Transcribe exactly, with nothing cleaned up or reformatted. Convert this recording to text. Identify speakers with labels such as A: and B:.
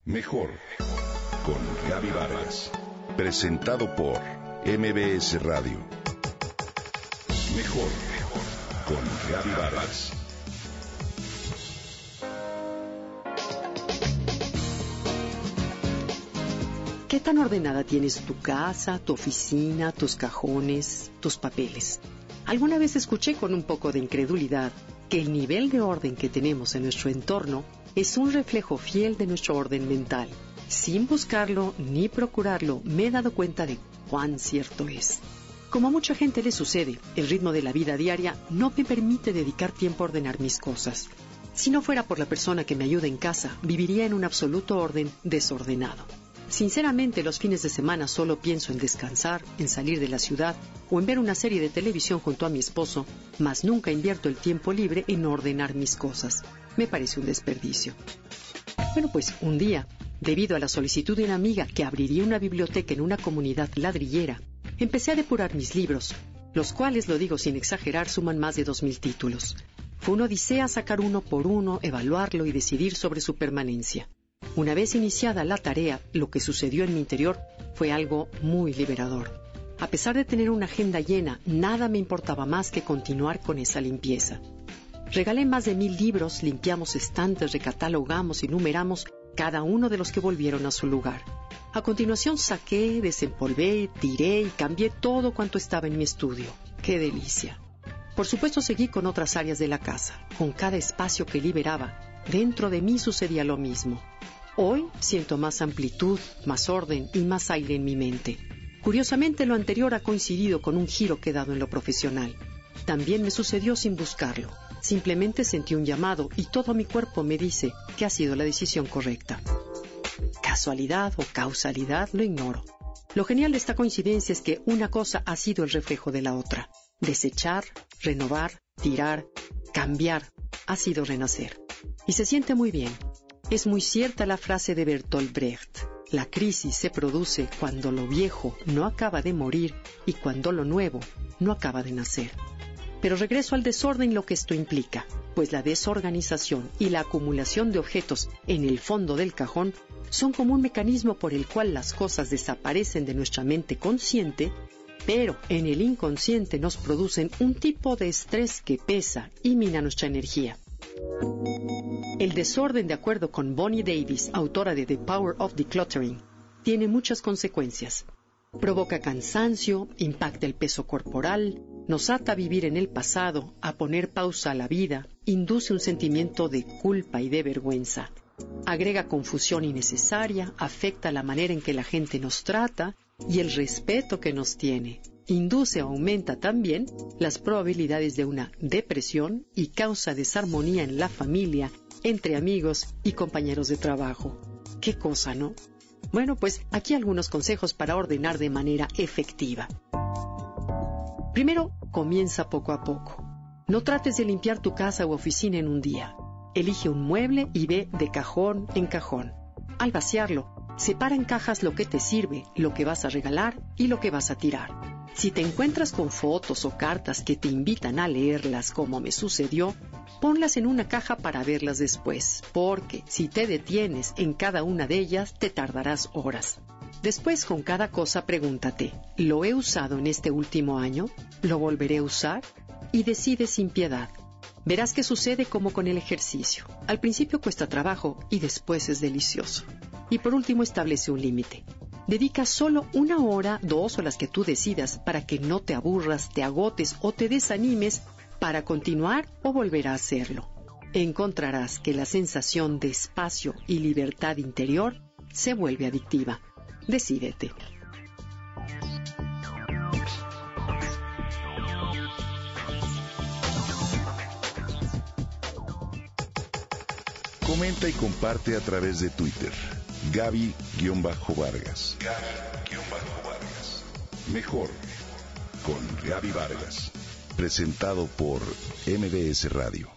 A: Mejor con Gaby Vargas. Presentado por M B S Radio. Mejor con Gaby Vargas.
B: ¿Qué tan ordenada tienes tu casa, tu oficina, tus cajones, tus papeles? Alguna vez escuché con un poco de incredulidad que el nivel de orden que tenemos en nuestro entorno es un reflejo fiel de nuestro orden mental. Sin buscarlo ni procurarlo, me he dado cuenta de cuán cierto es. Como a mucha gente le sucede, el ritmo de la vida diaria no me permite dedicar tiempo a ordenar mis cosas. Si no fuera por la persona que me ayuda en casa, viviría en un absoluto orden desordenado. Sinceramente, los fines de semana solo pienso en descansar, en salir de la ciudad o en ver una serie de televisión junto a mi esposo, mas nunca invierto el tiempo libre en ordenar mis cosas. Me parece un desperdicio. Bueno, pues un día, debido a la solicitud de una amiga que abriría una biblioteca en una comunidad ladrillera, empecé a depurar mis libros, los cuales, lo digo sin exagerar, suman más de dos mil títulos. Fue una odisea sacar uno por uno, evaluarlo y decidir sobre su permanencia. Una vez iniciada la tarea, lo que sucedió en mi interior fue algo muy liberador. A pesar de tener una agenda llena, nada me importaba más que continuar con esa limpieza. Regalé más de mil libros, limpiamos estantes, recatalogamos y numeramos cada uno de los que volvieron a su lugar. A continuación saqué, desempolvé, tiré y cambié todo cuanto estaba en mi estudio. ¡Qué delicia! Por supuesto seguí con otras áreas de la casa. Con cada espacio que liberaba, dentro de mí sucedía lo mismo. Hoy siento más amplitud, más orden y más aire en mi mente. Curiosamente, lo anterior ha coincidido con un giro que he dado en lo profesional. También me sucedió sin buscarlo. Simplemente sentí un llamado y todo mi cuerpo me dice que ha sido la decisión correcta. ¿Casualidad o causalidad? Lo ignoro. Lo genial de esta coincidencia es que una cosa ha sido el reflejo de la otra. Desechar, renovar, tirar, cambiar, ha sido renacer. Y se siente muy bien. Es muy cierta la frase de Bertolt Brecht. La crisis se produce cuando lo viejo no acaba de morir y cuando lo nuevo no acaba de nacer. Pero regreso al desorden, lo que esto implica, pues la desorganización y la acumulación de objetos en el fondo del cajón son como un mecanismo por el cual las cosas desaparecen de nuestra mente consciente, pero en el inconsciente nos producen un tipo de estrés que pesa y mina nuestra energía. El desorden, de acuerdo con Bonnie Davis, autora de The Power of Decluttering, tiene muchas consecuencias. Provoca cansancio, impacta el peso corporal, nos ata a vivir en el pasado, a poner pausa a la vida, induce un sentimiento de culpa y de vergüenza, agrega confusión innecesaria, afecta la manera en que la gente nos trata y el respeto que nos tiene. Induce o aumenta también las probabilidades de una depresión y causa desarmonía en la familia, entre amigos y compañeros de trabajo. ¡Qué cosa!, ¿no? Bueno, pues aquí algunos consejos para ordenar de manera efectiva. Primero, comienza poco a poco. No trates de limpiar tu casa u oficina en un día. Elige un mueble y ve de cajón en cajón. Al vaciarlo, separa en cajas lo que te sirve, lo que vas a regalar y lo que vas a tirar. Si te encuentras con fotos o cartas que te invitan a leerlas, como me sucedió, ponlas en una caja para verlas después, porque si te detienes en cada una de ellas, te tardarás horas. Después, con cada cosa, pregúntate, ¿lo he usado en este último año? ¿Lo volveré a usar? Y decide sin piedad. Verás que sucede como con el ejercicio. Al principio cuesta trabajo y después es delicioso. Y por último, establece un límite. Dedica solo una hora, dos o las que tú decidas, para que no te aburras, te agotes o te desanimes para continuar o volver a hacerlo. Encontrarás que la sensación de espacio y libertad interior se vuelve adictiva. Decídete.
A: Comenta y comparte a través de Twitter. Gaby-Vargas. Gaby-Vargas. Mejor con Gaby Vargas. Presentado por M B S Radio.